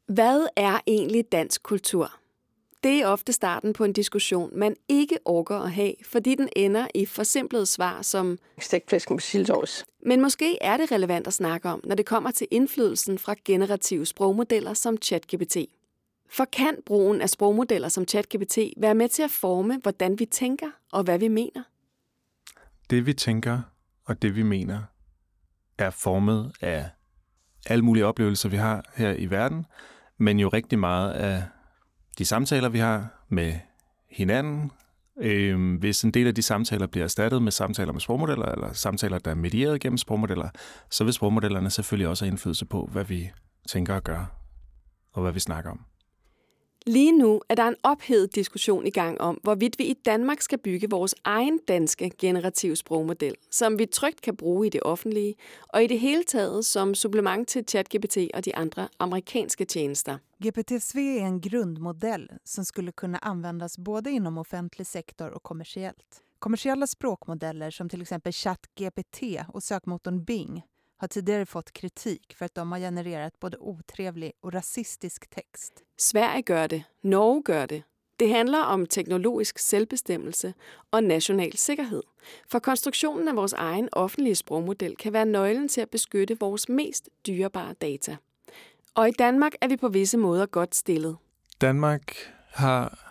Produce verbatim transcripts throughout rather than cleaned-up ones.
Hvad er egentlig dansk kultur? Det er ofte starten på en diskussion, man ikke orker at have, fordi den ender i forsimplede svar som stegt flæsk med sildovs. Men måske er det relevant at snakke om, når det kommer til indflydelsen fra generative sprogmodeller som ChatGPT. For kan brugen af sprogmodeller som ChatGPT være med til at forme, hvordan vi tænker og hvad vi mener? Det vi tænker og det vi mener er formet af alle mulige oplevelser, vi har her i verden, men jo rigtig meget af de samtaler, vi har med hinanden. Øh, hvis en del af de samtaler bliver erstattet med samtaler med sprogmodeller, eller samtaler, der er medieret gennem sprogmodeller, så vil sprogmodellerne selvfølgelig også have indflydelse på, hvad vi tænker og gør, og hvad vi snakker om. Lige nu er der en ophedet diskussion i gang om, hvorvidt vi i Danmark skal bygge vores egen danske generative sprogmodel, som vi trygt kan bruge i det offentlige, og i det hele taget som supplement til ChatGPT og de andre amerikanske tjenester. G P T S V är en grundmodell som skulle kunna användas både inom offentlig sektor och kommersiellt. Kommersiella språkmodeller som till exempel ChatGPT och sökmotorn Bing har tidigare fått kritik för att de har genererat både otrevlig och rasistisk text. Sverige gør det, Norge gør det. Det handler om teknologisk selvbestemmelse og national sikkerhed. For konstruktionen af vores egen offentlige sprogmodel kan være nøglen til at beskytte vores mest dyrebare data. Og i Danmark er vi på visse måder godt stillet. Danmark har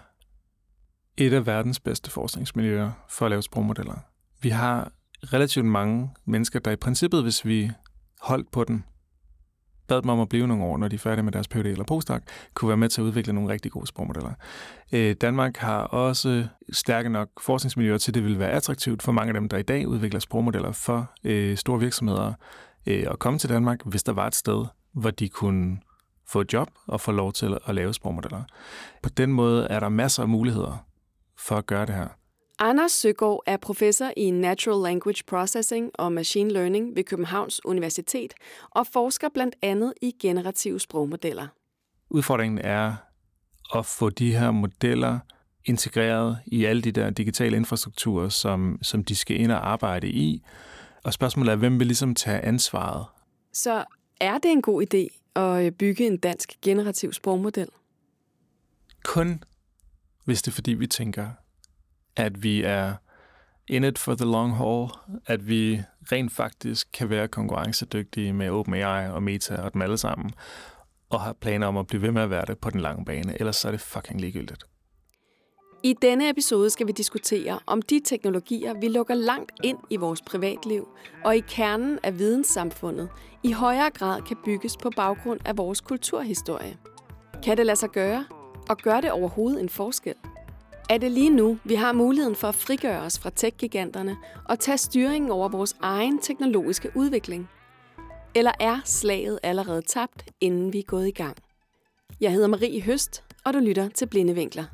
et af verdens bedste forskningsmiljøer for at lave sprogmodeller. Vi har relativt mange mennesker, der i princippet, hvis vi holdt på den, bad dem om at blive nogle år, når de er færdige med deres Ph.D. eller postdoc, kunne være med til at udvikle nogle rigtig gode sprogmodeller. Øh, Danmark har også stærke nok forskningsmiljøer til, det vil være attraktivt for mange af dem, der i dag udvikler sprogmodeller for øh, store virksomheder øh, at komme til Danmark, hvis der var et sted, hvor de kunne få et job og få lov til at lave sprogmodeller. På den måde er der masser af muligheder for at gøre det her. Anders Søgaard er professor i Natural Language Processing og Machine Learning ved Københavns Universitet og forsker blandt andet i generative sprogmodeller. Udfordringen er at få de her modeller integreret i alle de der digitale infrastrukturer, som, som de skal ind og arbejde i. Og spørgsmålet er, hvem vil ligesom tage ansvaret? Så er det en god idé at bygge en dansk generativ sprogmodel? Kun hvis det er fordi, vi tænker, at vi er in it for the long haul, at vi rent faktisk kan være konkurrencedygtige med OpenAI og Meta og dem alle sammen, og har planer om at blive ved med at være det på den lange bane, ellers så er det fucking ligegyldigt. I denne episode skal vi diskutere, om de teknologier, vi lukker langt ind i vores privatliv og i kernen af videnssamfundet, i højere grad kan bygges på baggrund af vores kulturhistorie. Kan det lade sig gøre? Og gør det overhovedet en forskel? Er det lige nu, vi har muligheden for at frigøre os fra tech-giganterne og tage styringen over vores egen teknologiske udvikling? Eller er slaget allerede tabt, inden vi er gået i gang? Jeg hedder Marie Høst, og du lytter til Blinde Vinkler.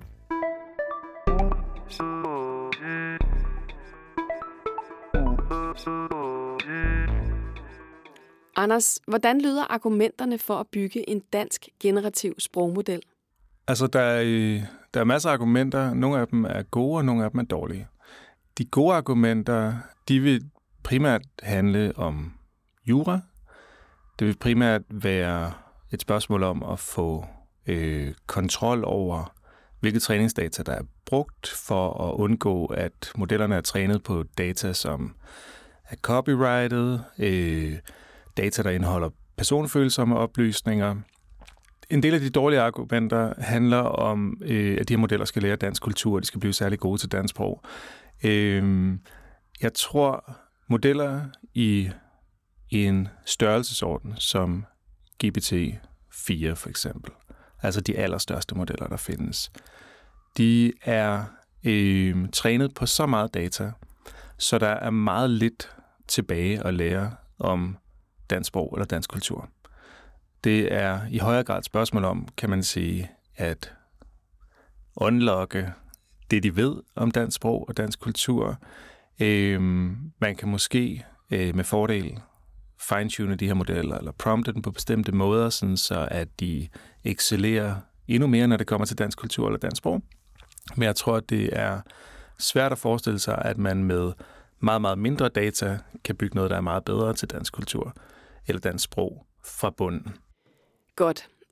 Anders, hvordan lyder argumenterne for at bygge en dansk generativ sprogmodel? Altså, der er, der er masser af argumenter. Nogle af dem er gode, og nogle af dem er dårlige. De gode argumenter, de vil primært handle om jura. Det vil primært være et spørgsmål om at få øh, kontrol over, hvilke træningsdata, der er brugt for at undgå, at modellerne er trænet på data, som er copyrighted, øh, data, der indeholder personfølsomme oplysninger. En del af de dårlige argumenter handler om, øh, at de her modeller skal lære dansk kultur, og de skal blive særlig gode til dansk sprog. Øh, jeg tror, modeller i, i en størrelsesorden, som G P T fire for eksempel, altså de allerstørste modeller, der findes, de er øh, trænet på så meget data, så der er meget lidt tilbage at lære om dansk sprog eller dansk kultur. Det er i højere grad et spørgsmål om, kan man sige, at unlocke det, de ved om dansk sprog og dansk kultur. Øh, man kan måske øh, med fordel fine-tune de her modeller, eller prompte dem på bestemte måder, sådan så at de excellerer endnu mere, når det kommer til dansk kultur eller dansk sprog. Men jeg tror, at det er svært at forestille sig, at man med meget, meget mindre data kan bygge noget, der er meget bedre til dansk kultur eller dansk sprog fra bunden. Godt.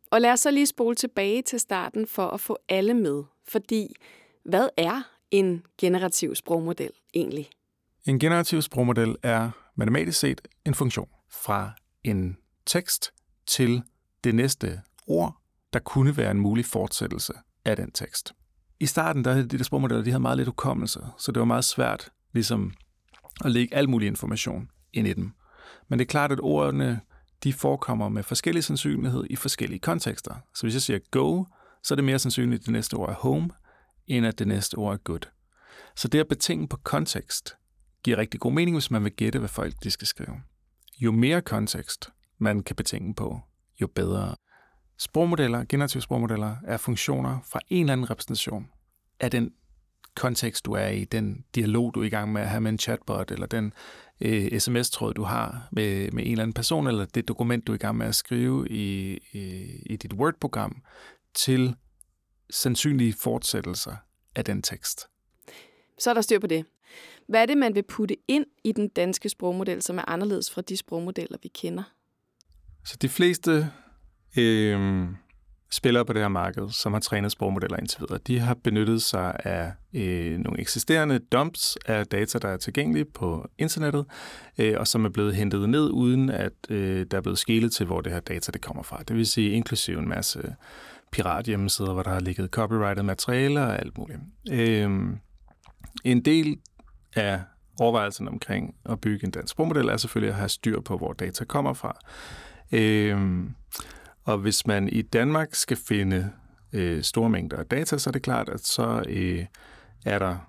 Og lad os så lige spole tilbage til starten for at få alle med. Fordi, hvad er en generativ sprogmodel egentlig? En generativ sprogmodel er matematisk set en funktion fra en tekst til det næste ord, der kunne være en mulig fortsættelse af den tekst. I starten, der havde de der sprogmodeller, de havde meget lidt hukommelse, så det var meget svært ligesom at lægge al mulig information ind i dem. Men det er klart, at ordene de forekommer med forskellig sandsynlighed i forskellige kontekster. Så hvis jeg siger go, så er det mere sandsynligt, at det næste ord er home, end at det næste ord er good. Så det at betinge på kontekst giver rigtig god mening, hvis man vil gætte, hvad folk de skal skrive. Jo mere kontekst man kan betinge på, jo bedre. Sprogmodeller, generative sprogmodeller, er funktioner fra en eller anden repræsentation af den kontekst, du er i, den dialog, du er i gang med at have med en chatbot, eller den øh, sms-tråd, du har med, med en eller anden person, eller det dokument, du er i gang med at skrive i, i, i dit Word-program, til sandsynlige fortsættelser af den tekst. Så er der styr på det. Hvad er det, man vil putte ind i den danske sprogmodel, som er anderledes fra de sprogmodeller, vi kender? Så de fleste øh, spillere på det her marked, som har trænet sprogmodeller indtil videre, de har benyttet sig af øh, nogle eksisterende dumps af data, der er tilgængelige på internettet, øh, og som er blevet hentet ned, uden at øh, der er blevet skelet til, hvor det her data det kommer fra. Det vil sige inklusive en masse pirathjemmesider, hvor der har ligget copyrighted materiale og alt muligt. Øh, en del af overvejelserne omkring at bygge en dansk sprogmodel er selvfølgelig at have styr på, hvor data kommer fra. Øh, og hvis man i Danmark skal finde øh, store mængder af data, så er det klart, at så øh, er der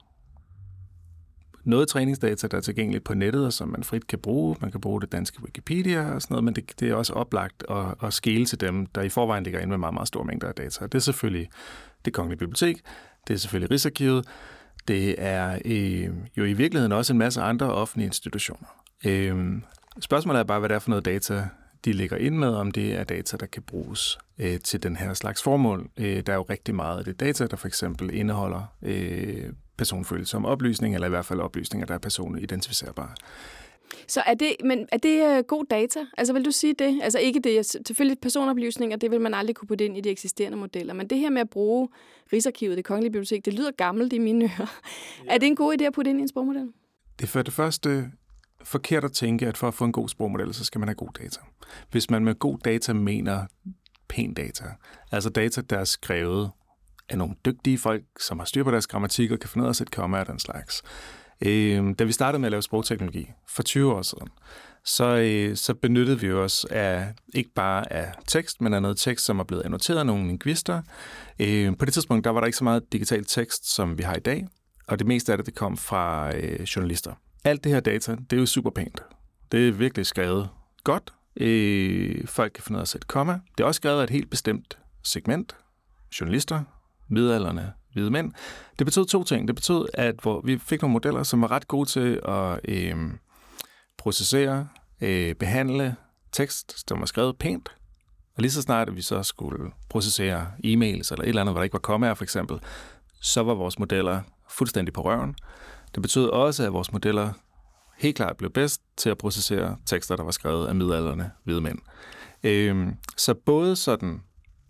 noget træningsdata, der er tilgængeligt på nettet, og som man frit kan bruge. Man kan bruge det danske Wikipedia og sådan noget, men det, det er også oplagt at, at skele til dem, der i forvejen ligger inde med meget, meget store mængder af data. Det er selvfølgelig Det Kongelige Bibliotek, det er selvfølgelig Rigsarkivet, det er øh, jo i virkeligheden også en masse andre offentlige institutioner. Øh, spørgsmålet er bare, hvad det er for noget data, de ligger ind med, om det er data, der kan bruges øh, til den her slags formål. Øh, der er jo rigtig meget af det data, der for eksempel indeholder øh, personfølsomme oplysninger, eller i hvert fald oplysninger, der er personidentificerbare. Så er det, men er det uh, god data? Altså vil du sige det? Altså ikke det, selvfølgelig personoplysninger, det vil man aldrig kunne putte ind i de eksisterende modeller, men det her med at bruge Rigsarkivet, Det Kongelige Bibliotek, det lyder gammelt i mine ører. Ja. Er det en god idé at putte ind i en sprogmodel? Det er for det første forkert at tænke, at for at få en god sprogmodel, så skal man have god data. Hvis man med god data mener pæn data, altså data, der er skrevet af nogle dygtige folk, som har styr på deres grammatik og kan finde ud af at sætte komma og den slags. Øh, da vi startede med at lave sprogteknologi for tyve år siden, så, øh, så benyttede vi os af ikke bare af tekst, men af noget tekst, som er blevet annoteret af nogle lingvister. Øh, på det tidspunkt, der var der ikke så meget digital tekst, som vi har i dag, og det meste af det, det kom fra øh, journalister. Alt det her data, det er jo super pænt. Det er virkelig skrevet godt. Øh, folk kan finde ud af at sætte komma. Det er også skrevet af et helt bestemt segment. Journalister, midaldrende, hvide mænd. Det betød to ting. Det betød, at hvor vi fik nogle modeller, som var ret gode til at øh, processere, øh, behandle tekst, som var skrevet pænt. Og lige så snart, at vi så skulle processere e-mails eller et eller andet, hvor der ikke var kommaer for eksempel, så var vores modeller fuldstændig på røven. Det betød også, at vores modeller helt klart blev bedst til at processere tekster, der var skrevet af midaldrende hvide mænd. Øhm, så både sådan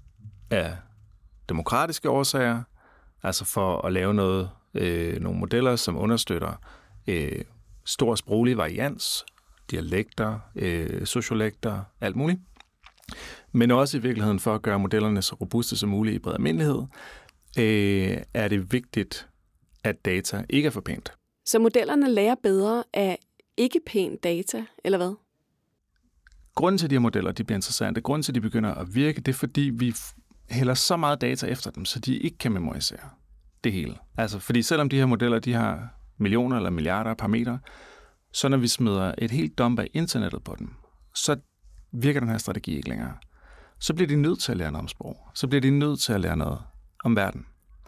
af demokratiske årsager, altså for at lave noget, øh, nogle modeller, som understøtter øh, stor sproglig varians, dialekter, øh, sociolekter, alt muligt, men også i virkeligheden for at gøre modellerne så robuste som muligt i bred almindelighed, øh, er det vigtigt, at data ikke er for pænt. Så modellerne lærer bedre af ikke pæn data, eller hvad? Grunden til, at de her modeller de bliver interessante, grunden til, at de begynder at virke, det er, fordi vi hælder så meget data efter dem, så de ikke kan memorisere det hele. Altså, fordi selvom de her modeller de har millioner eller milliarder af parametre, så når vi smider et helt dump af internettet på dem, så virker den her strategi ikke længere. Så bliver de nødt til at lære noget om sprog. Så bliver de nødt til at lære noget om verden.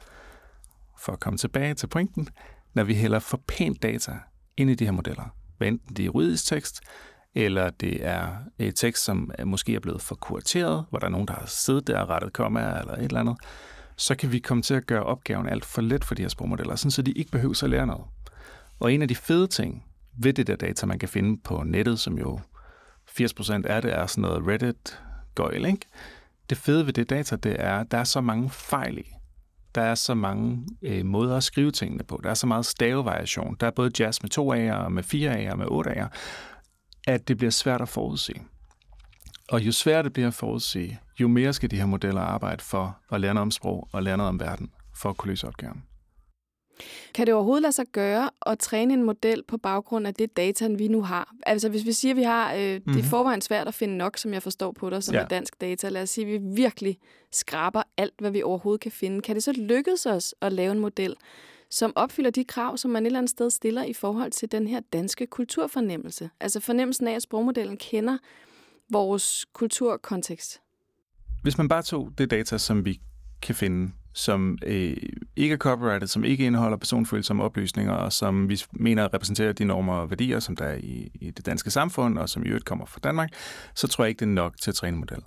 For at komme tilbage til pointen, når vi hælder for pænt data ind i de her modeller, hvad enten det er juridisk tekst, eller det er et tekst, som måske er blevet for kurateret, hvor der er nogen, der har siddet der og rettet kommaer eller et eller andet, så kan vi komme til at gøre opgaven alt for let for de her sprogmodeller, sådan så de ikke behøver at lære noget. Og en af de fede ting ved det der data, man kan finde på nettet, som jo firs procent af det er sådan noget Reddit-gøjl, ikke? det fede ved det data, det er, at der er så mange fejl i. Der er så mange øh, måder at skrive tingene på. Der er så meget stavevariation. Der er både jazz med to A'er, med fire A'er, med otte A'er, at det bliver svært at forudse. Og jo sværere det bliver at forudse, jo mere skal de her modeller arbejde for at lære noget om sprog og lære noget om verden, for at kunne løse opgaven. Kan det overhovedet lade sig gøre at træne en model på baggrund af det data, vi nu har? Altså hvis vi siger, at vi har, øh, mm-hmm. det er forvejen svært at finde nok, som jeg forstår på dig, som ja. er dansk data. Lad os sige, at vi virkelig skraber alt, hvad vi overhovedet kan finde. Kan det så lykkes os at lave en model, som opfylder de krav, som man et eller andet sted stiller i forhold til den her danske kulturfornemmelse? Altså fornemmelsen af, at sprogmodellen kender vores kulturkontekst. Hvis man bare tog det data, som vi kan finde, som øh, ikke er copyrighted, som ikke indeholder personfølsomme oplysninger, og som vi mener repræsenterer de normer og værdier, som der er i, i det danske samfund, og som i øvrigt kommer fra Danmark, så tror jeg ikke, det er nok til at træne en model.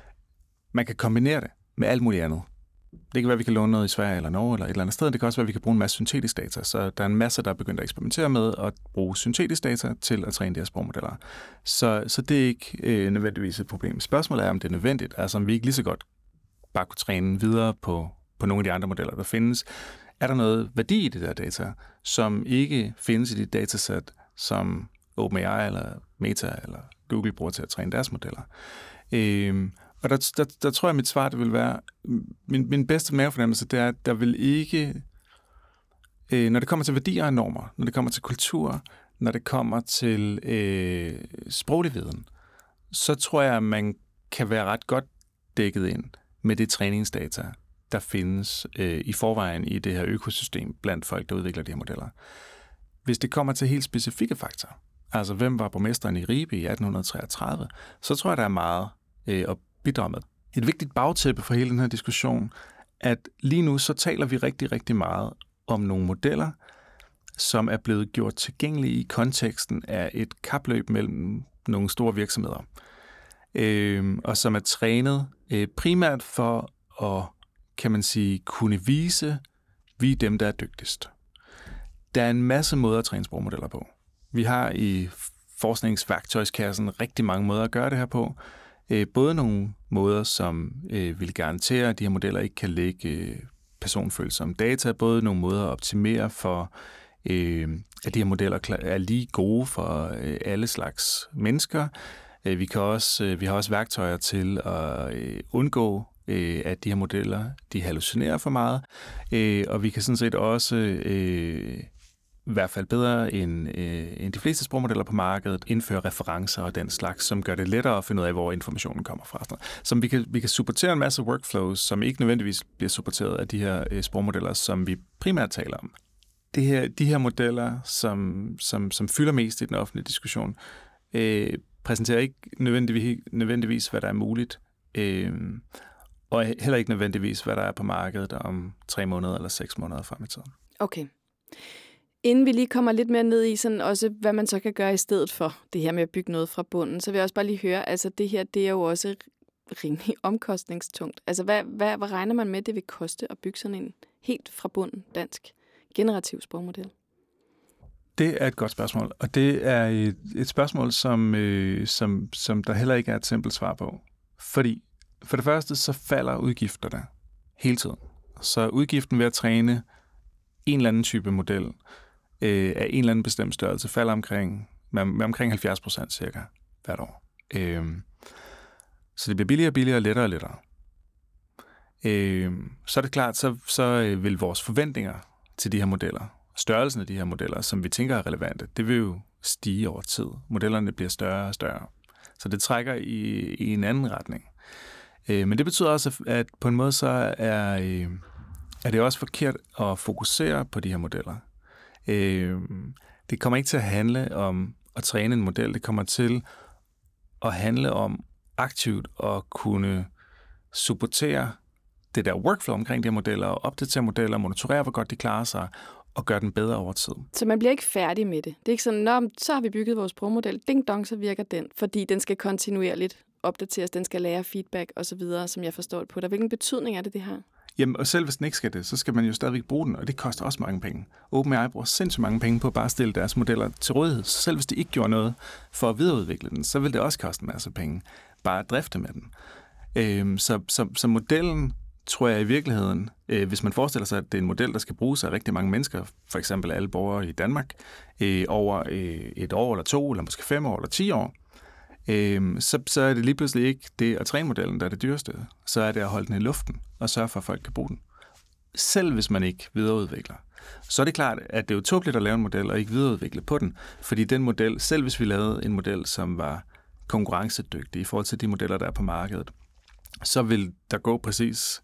Man kan kombinere det med alt muligt andet. Det kan være, at vi kan låne noget i Sverige eller Norge eller et eller andet sted. Det kan også være, at vi kan bruge en masse syntetisk data. Så der er en masse, der er begyndt at eksperimentere med at bruge syntetisk data til at træne de her sprogmodeller. Så, så det er ikke øh, nødvendigvis et problem. Spørgsmålet er, om det er nødvendigt. Altså om vi ikke lige så godt bare kunne træne videre på, på nogle af de andre modeller, der findes. Er der noget værdi i det der data, som ikke findes i de datasæt, som OpenAI eller Meta eller Google bruger til at træne deres modeller? Øh, Og der, der, der tror jeg, at mit svar det vil være, min, min bedste mavefornemmelse, det er, at der vil ikke, øh, når det kommer til værdier og normer, når det kommer til kultur, når det kommer til øh, sproglig viden, så tror jeg, at man kan være ret godt dækket ind med det træningsdata, der findes øh, i forvejen i det her økosystem blandt folk, der udvikler de her modeller. Hvis det kommer til helt specifikke faktorer, altså hvem var borgmesteren i Ribe i atten treogtredive, så tror jeg, der er meget øh, at bidrage med. Et vigtigt bagtæppe for hele den her diskussion, at lige nu så taler vi rigtig, rigtig meget om nogle modeller, som er blevet gjort tilgængelige i konteksten af et kapløb mellem nogle store virksomheder, øh, og som er trænet øh, primært for at, kan man sige, kunne vise, vi er dem, der er dygtigst. Der er en masse måder at træne sprogmodeller på. Vi har i forskningsværktøjskassen rigtig mange måder at gøre det her på. Både nogle måder, som øh, vil garantere, at de her modeller ikke kan lægge øh, personfølsomme data, både nogle måder at optimere for, øh, at de her modeller er lige gode for øh, alle slags mennesker. Øh, vi, kan også, øh, vi har også værktøjer til at øh, undgå, øh, at de her modeller de hallucinerer for meget, øh, og vi kan sådan set også øh, i hvert fald bedre end, øh, end de fleste sprogmodeller på markedet, indføre referencer og den slags, som gør det lettere at finde ud af, hvor informationen kommer fra. Så vi kan, vi kan supportere en masse workflows, som ikke nødvendigvis bliver supporteret af de her øh, sprogmodeller, som vi primært taler om. Det her, de her modeller, som, som, som fylder mest i den offentlige diskussion, øh, præsenterer ikke nødvendigvis, nødvendigvis, hvad der er muligt, øh, og heller ikke nødvendigvis, hvad der er på markedet om tre måneder eller seks måneder frem i tiden. Okay. Inden vi lige kommer lidt mere ned i, sådan også, hvad man så kan gøre i stedet for det her med at bygge noget fra bunden, så vil jeg også bare lige høre, altså det her, det er jo også rimelig omkostningstungt. Altså hvad, hvad, hvad regner man med, det vil koste at bygge sådan en helt fra bunden dansk generativ sprogmodel? Det er et godt spørgsmål, og det er et, et spørgsmål, som, øh, som, som der heller ikke er et simpelt svar på. Fordi for det første, så falder udgifterne hele tiden. Så udgiften ved at træne en eller anden type model øh, af en eller anden bestemt størrelse falder omkring, med, med omkring halvfjerds procent cirka hvert år. Øh, så det bliver billigere og billigere, lettere og lettere. Øh, så er det klart, så, så vil vores forventninger til de her modeller, størrelsen af de her modeller, som vi tænker er relevante, det vil jo stige over tid. Modellerne bliver større og større. Så det trækker i, i en anden retning. Øh, men det betyder også, at på en måde så er, øh, er det også forkert at fokusere på de her modeller. Øh, det kommer ikke til at handle om at træne en model. Det kommer til at handle om aktivt at kunne supportere det der workflow omkring de her modeller, og opdatere modeller, monitorere, hvor godt de klarer sig, og gøre den bedre over tid. Så man bliver ikke færdig med det? Det er ikke sådan, nå, så har vi bygget vores sprogmodel, ding dong, så virker den, fordi den skal kontinuerligt opdateres, den skal lære feedback osv., som jeg forstår det på dig. Hvilken betydning er det, det her? Jamen, og selv hvis den ikke skal det, så skal man jo stadigvæk bruge den, og det koster også mange penge. OpenAI bruger sindssygt mange penge på at bare stille deres modeller til rådighed. Så selv hvis de ikke gjorde noget for at videreudvikle den, så vil det også koste en masse penge bare at drifte med den. Øh, så, så, så modellen, tror jeg i virkeligheden, øh, hvis man forestiller sig, at det er en model, der skal bruges af rigtig mange mennesker, for eksempel alle borgere i Danmark, øh, over øh, et år eller to, eller måske fem år eller ti år, øh, så, så er det lige pludselig ikke det at træne modellen, der er det dyreste. Så er det at holde den i luften og sørge for, at folk kan bruge den. Selv hvis man ikke videreudvikler. Så er det klart, at det er utåbeligt at lave en model og ikke videreudvikle på den, fordi den model, selv hvis vi lavede en model, som var konkurrencedygtig i forhold til de modeller, der er på markedet, så vil der gå præcis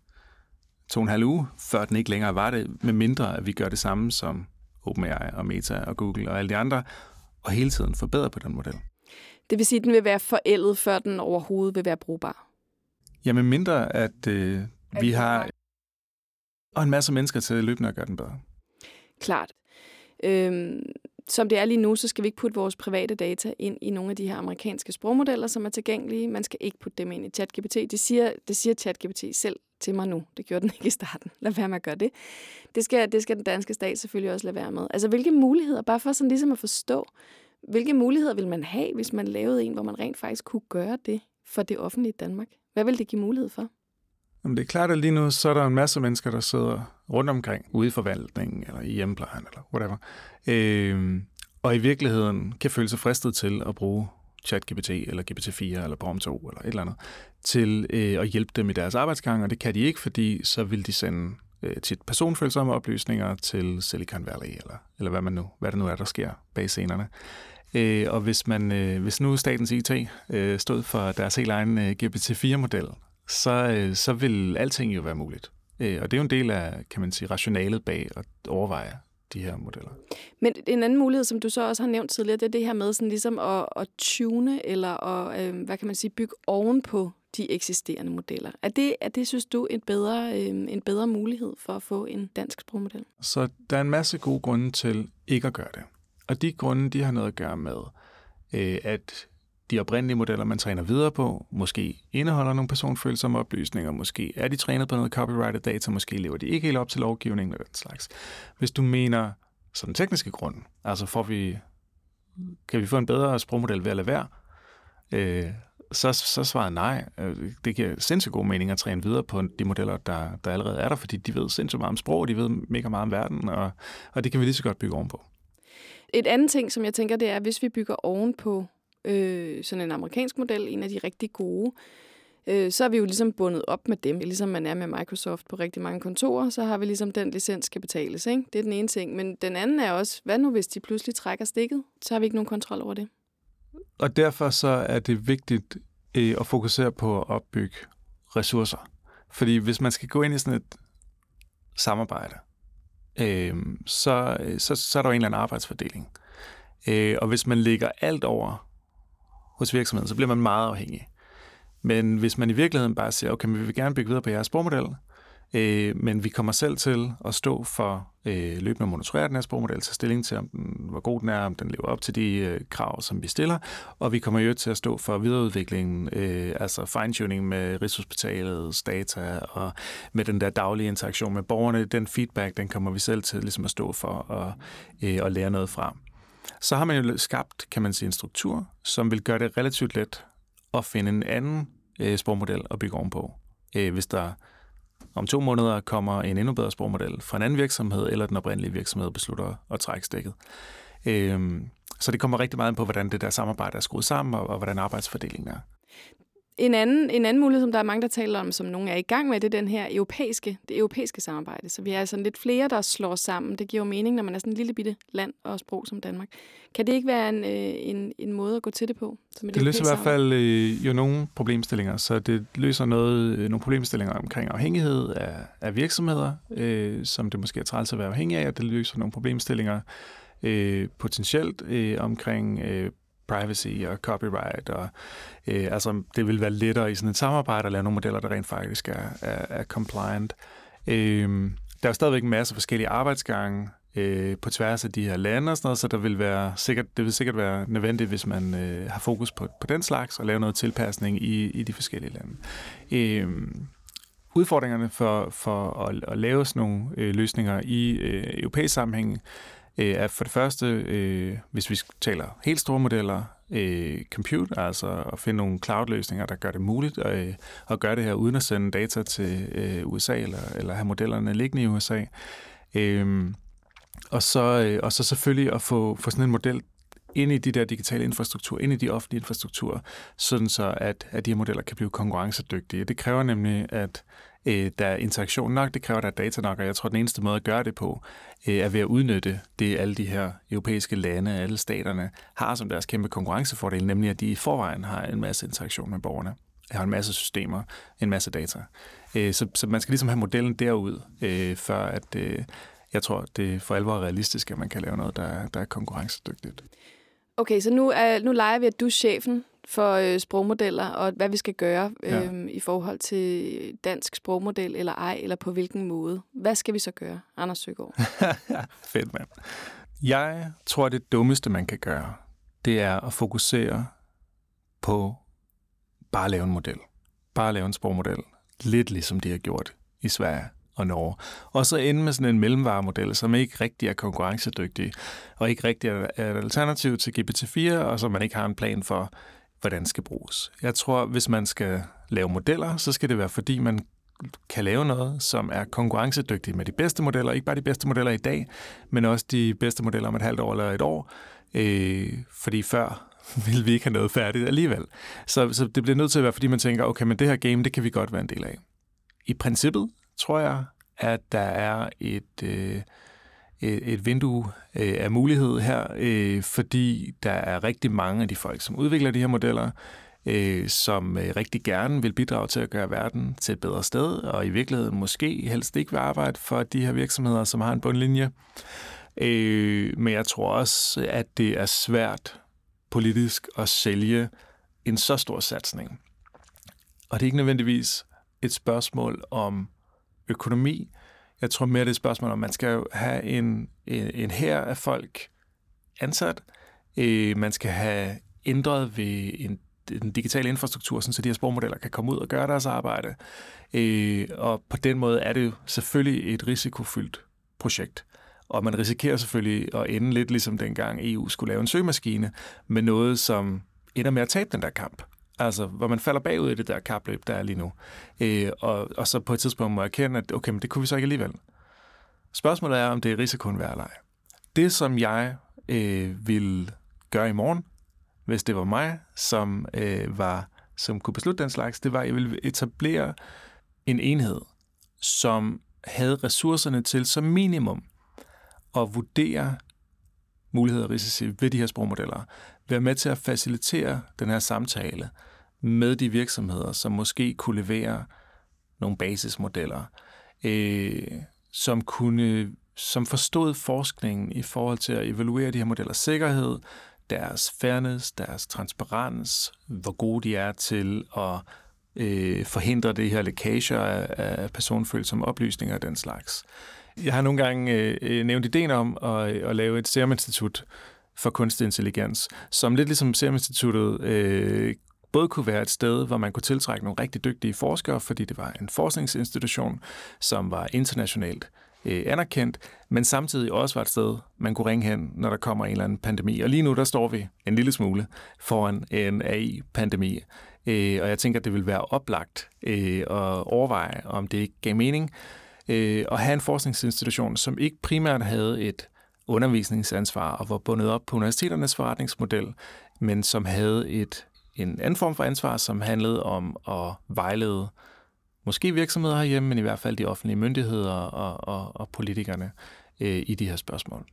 to og en halv uge, før den ikke længere var det, med mindre at vi gør det samme som OpenAI og Meta og Google og alle de andre, og hele tiden forbedre på den model. Det vil sige, at den vil være forældet, før den overhovedet vil være brugbar? Jamen mindre, at øh, vi har og en masse mennesker til løbende at gøre den bedre. Klart. Øhm, som det er lige nu, så skal vi ikke putte vores private data ind i nogle af de her amerikanske sprogmodeller, som er tilgængelige. Man skal ikke putte dem ind i ChatGPT. Det siger, det siger ChatGPT selv til mig nu. Det gjorde den ikke i starten. Lad være med at gøre det. Det skal, det skal den danske stat selvfølgelig også lade være med. Altså, hvilke muligheder, bare for sådan ligesom at forstå, hvilke muligheder vil man have, hvis man lavede en, hvor man rent faktisk kunne gøre det for det offentlige Danmark? Hvad vil det give mulighed for? Jamen, det er klart, at lige nu så er der en masse mennesker, der sidder rundt omkring, ude i forvaltningen, eller i hjemmeplejen, eller whatever, øh, og i virkeligheden kan føle sig fristet til at bruge ChatGPT, eller G P T fire, eller Prompt to, eller et eller andet, til øh, at hjælpe dem i deres arbejdsgang, og det kan de ikke, fordi så vil de sende øh, tit personfølsomme oplysninger til Silicon Valley, eller, eller hvad, man nu, hvad det nu er, der sker bag scenerne. Øh, og hvis, man, øh, hvis nu statens I T øh, stod for deres helt egen øh, G P T fire-model, så, så vil alting jo være muligt. Og det er jo en del af, kan man sige, rationalet bag at overveje de her modeller. Men en anden mulighed, som du så også har nævnt tidligere, det er det her med sådan ligesom at, at tune, eller at, øh, hvad kan man sige, bygge oven på de eksisterende modeller. Er det, er det synes du, en bedre, øh, en bedre mulighed for at få en dansk sprogmodel? Så der er en masse gode grunde til ikke at gøre det. Og de grunde, de har noget at gøre med, øh, at de oprindelige modeller, man træner videre på, måske indeholder nogle personfølsomme oplysninger, måske er de trænet på noget copyrighted data, måske lever de ikke helt op til lovgivningen og den slags. Hvis du mener sådan tekniske grund, altså får vi, kan vi få en bedre sprogmodel ved at lade være, øh, så, så svaret nej. Det giver sindssygt god mening at træne videre på de modeller, der, der allerede er der, fordi de ved sindssygt meget om sprog, de ved mega meget om verden, og, og det kan vi lige så godt bygge ovenpå. Et andet ting, som jeg tænker, det er, hvis vi bygger ovenpå Øh, sådan en amerikansk model, en af de rigtig gode, øh, så er vi jo ligesom bundet op med dem. Ligesom man er med Microsoft på rigtig mange kontorer, så har vi ligesom den licens skal betales. Ikke? Det er den ene ting. Men den anden er også, hvad nu hvis de pludselig trækker stikket? Så har vi ikke nogen kontrol over det. Og derfor så er det vigtigt øh, at fokusere på at opbygge ressourcer. Fordi hvis man skal gå ind i sådan et samarbejde, øh, så, så, så er der jo en eller anden arbejdsfordeling. Øh, og hvis man lægger alt over hos virksomheden, så bliver man meget afhængig. Men hvis man i virkeligheden bare siger, okay, men vi vil gerne bygge videre på jeres sprogmodel, øh, men vi kommer selv til at stå for øh, løbende at monitorere den her sprogmodel, tage stilling til, om den, hvor god den er, om den lever op til de øh, krav, som vi stiller, og vi kommer jo til at stå for videreudviklingen, øh, altså fine-tuning med Rigshospitalets data, og med den der daglige interaktion med borgerne, den feedback, den kommer vi selv til ligesom at stå for at, øh, at lære noget fra. Så har man jo skabt, kan man sige, en struktur, som vil gøre det relativt let at finde en anden øh, sprogmodel at bygge ovenpå. Øh, hvis der om to måneder kommer en endnu bedre sprogmodel fra en anden virksomhed, eller den oprindelige virksomhed beslutter at trække stikket. Øh, så det kommer rigtig meget på, hvordan det der samarbejde er skruet sammen, og, og hvordan arbejdsfordelingen er. En anden, en anden mulighed, som der er mange, der taler om, som nogen er i gang med, det er den her europæiske, det europæiske samarbejde. Så vi er sådan lidt flere, der slår sammen. Det giver jo mening, når man er sådan en lille bitte land og sprog som Danmark. Kan det ikke være en, en, en måde at gå til det på? Som det løser i hvert fald øh, jo nogle problemstillinger, så det løser noget, øh, nogle problemstillinger omkring afhængighed af, af virksomheder, øh, som det måske er træls at være afhængig af, og det løser nogle problemstillinger øh, potentielt øh, omkring øh, privacy og copyright, og øh, altså det vil være lettere i sådan et samarbejde at lave nogle modeller, der rent faktisk er, er, er compliant. Øh, der er jo stadigvæk en masse forskellige arbejdsgange øh, på tværs af de her lande og sådan noget, så der vil være sikkert, det vil sikkert være nødvendigt, hvis man øh, har fokus på, på den slags, og lave noget tilpasning i, i de forskellige lande. Øh, udfordringerne for, for at, at lave sådan nogle øh, løsninger i øh, europæisk sammenhæng er for det første, øh, hvis vi taler helt store modeller, øh, compute, altså at finde nogle cloud-løsninger, der gør det muligt øh, at gøre det her uden at sende data til øh, U S A, eller, eller have modellerne liggende i U S A. Øh, og, så, øh, og så selvfølgelig at få, få sådan en model ind i de der digitale infrastrukturer, ind i de offentlige infrastrukturer, sådan så at, at de her modeller kan blive konkurrencedygtige. Det kræver nemlig, at øh, der er interaktion nok, det kræver, at der er data nok, og jeg tror, at den eneste måde at gøre det på, øh, er ved at udnytte det, alle de her europæiske lande, alle staterne, har som deres kæmpe konkurrencefordel, nemlig at de i forvejen har en masse interaktion med borgerne, har en masse systemer, en masse data. Øh, så, så man skal ligesom have modellen derud, øh, før at øh, jeg tror, det er for alvor realistisk, at man kan lave noget, der, der er konkurrencedygtigt. Okay, så nu, er, nu leger vi, at du er chefen for øh, sprogmodeller, og hvad vi skal gøre øh, ja. i forhold til dansk sprogmodel eller ej, eller på hvilken måde. Hvad skal vi så gøre, Anders Søgaard? Fedt, mand. Jeg tror, det dummeste, man kan gøre, det er at fokusere på bare at lave en model. Bare at lave en sprogmodel. Lidt ligesom de har gjort i Sverige og Norge. Og så ende med sådan en mellemvaremodel, som ikke rigtig er konkurrencedygtig, og ikke rigtig er et alternativ til G P T fire, og så man ikke har en plan for, hvordan det skal bruges. Jeg tror, hvis man skal lave modeller, så skal det være, fordi man kan lave noget, som er konkurrencedygtigt med de bedste modeller. Ikke bare de bedste modeller i dag, men også de bedste modeller om et halvt år eller et år. Øh, fordi før ville vi ikke have noget færdigt alligevel. Så, så det bliver nødt til at være, fordi man tænker, okay, men det her game, det kan vi godt være en del af. I princippet tror jeg, at der er et, øh, et vindue øh, af mulighed her, øh, fordi der er rigtig mange af de folk, som udvikler de her modeller, øh, som øh, rigtig gerne vil bidrage til at gøre verden til et bedre sted, og i virkeligheden måske helst ikke vil arbejde for de her virksomheder, som har en bundlinje. Øh, men jeg tror også, at det er svært politisk at sælge en så stor satsning. Og det er ikke nødvendigvis et spørgsmål om økonomi. Jeg tror mere, det er et spørgsmål om, man skal jo have en, en, en hær af folk ansat. Øh, man skal have ændret ved en, den digitale infrastruktur, så de her sprogmodeller kan komme ud og gøre deres arbejde. Øh, og på den måde er det jo selvfølgelig et risikofyldt projekt. Og man risikerer selvfølgelig at ende lidt ligesom dengang E U skulle lave en søgemaskine med noget, som ender med at tabe den der kamp. Altså, hvor man falder bagud i det der kapløb, der er lige nu. Øh, og, og så på et tidspunkt må jeg erkende, at okay, men det kunne vi så ikke alligevel. Spørgsmålet er, om det er risikoen værd eller ej. Det, som jeg øh, ville gøre i morgen, hvis det var mig, som, øh, var, som kunne beslutte den slags, det var, at jeg ville etablere en enhed, som havde ressourcerne til som minimum at vurdere muligheder og risici ved de her sprogmodeller. Være med til at facilitere den her samtale med de virksomheder, som måske kunne levere nogle basismodeller, øh, som kunne, som forstod forskningen i forhold til at evaluere de her modellers sikkerhed, deres fairness, deres transparens, hvor gode de er til at øh, forhindre det her lækager af, af personfølsomme oplysninger og den slags. Jeg har nogle gange øh, nævnt ideen om at, at lave et Serum Institut for kunstig intelligens, som lidt ligesom Serum Instituttet øh, både kunne være et sted, hvor man kunne tiltrække nogle rigtig dygtige forskere, fordi det var en forskningsinstitution, som var internationalt øh, anerkendt, men samtidig også var et sted, man kunne ringe hen, når der kommer en eller anden pandemi. Og lige nu, der står vi en lille smule foran en A I-pandemi, øh, og jeg tænker, at det vil være oplagt øh, at overveje, om det ikke gav mening, øh, at have en forskningsinstitution, som ikke primært havde et undervisningsansvar og var bundet op på universiteternes forretningsmodel, men som havde et, en anden form for ansvar, som handlede om at vejlede måske virksomheder herhjemme, men i hvert fald de offentlige myndigheder og, og, og politikerne øh, i de her spørgsmål.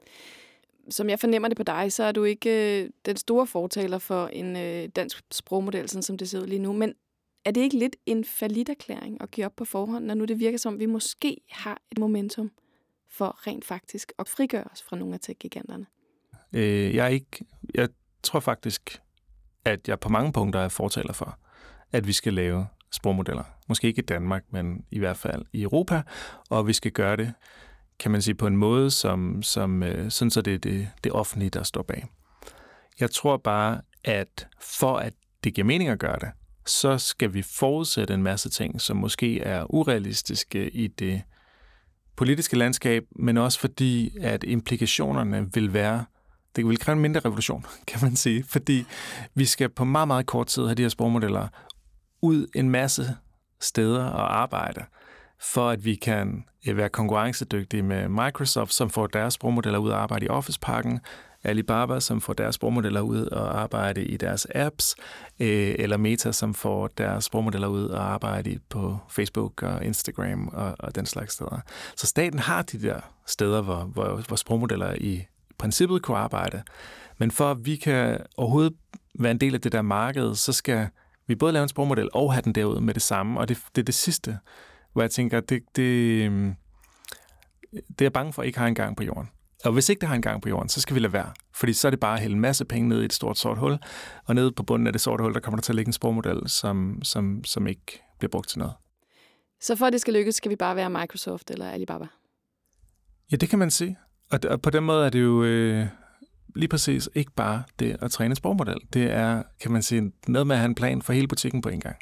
Som jeg fornemmer det på dig, så er du ikke øh, den store fortaler for en øh, dansk sprogmodel, sådan som det ser ud lige nu, men er det ikke lidt en falliterklæring at give op på forhånd, når nu det virker som, vi måske har et momentum for rent faktisk at frigøre os fra nogle af tech-giganterne? Øh, jeg, er ikke, jeg tror faktisk, at jeg på mange punkter er fortaler for, at vi skal lave sprogmodeller. Måske ikke i Danmark, men i hvert fald i Europa, og vi skal gøre det, kan man sige, på en måde, som, som sådan så det er det, det offentlige, der står bag. Jeg tror bare, at for at det giver mening at gøre det, så skal vi forudsætte en masse ting, som måske er urealistiske i det politiske landskab, men også fordi, at implikationerne vil være det vil kræve en mindre revolution, kan man sige, fordi vi skal på meget, meget kort tid have de her sprogmodeller ud en masse steder og arbejde, for at vi kan være konkurrencedygtige med Microsoft, som får deres sprogmodeller ud og arbejde i Office-pakken, Alibaba, som får deres sprogmodeller ud og arbejde i deres apps, øh, eller Meta, som får deres sprogmodeller ud og arbejde på Facebook og Instagram og, og den slags steder. Så staten har de der steder, hvor, hvor, hvor sprogmodeller i princippet kunne arbejde. Men for at vi kan overhovedet være en del af det der marked, så skal vi både lave en sprogmodel og have den derude med det samme. Og det, det er det sidste, hvor jeg tænker, det, det, det er jeg bange for, at ikke har en gang på jorden. Og hvis ikke det har en gang på jorden, så skal vi lade være. Fordi så er det bare at hælde en masse penge ned i et stort sort hul, og nede på bunden af det sorte hul, der kommer der til at ligge en sprogmodel, som, som, som ikke bliver brugt til noget. Så for at det skal lykkes, skal vi bare være Microsoft eller Alibaba? Ja, det kan man sige. Og, og på den måde er det jo øh, lige præcis ikke bare det at træne en sprogmodel. Det er, kan man sige, noget med at have en plan for hele butikken på en gang.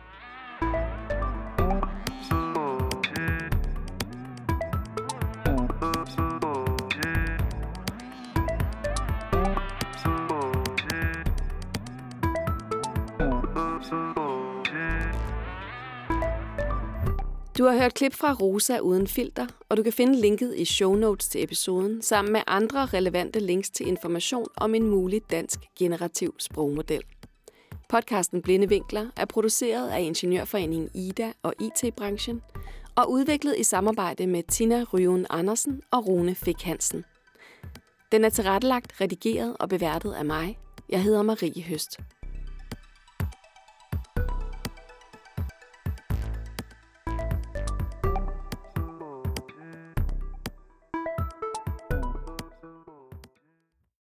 Du har hørt klip fra Rosa uden filter, og du kan finde linket i show notes til episoden, sammen med andre relevante links til information om en mulig dansk generativ sprogmodel. Podcasten Blinde Vinkler er produceret af Ingeniørforeningen I D A og I T-branchen, og udviklet i samarbejde med Tina Ryven Andersen og Rune Fik Hansen. Den er tilrettelagt, redigeret og beværtet af mig. Jeg hedder Marie Høst.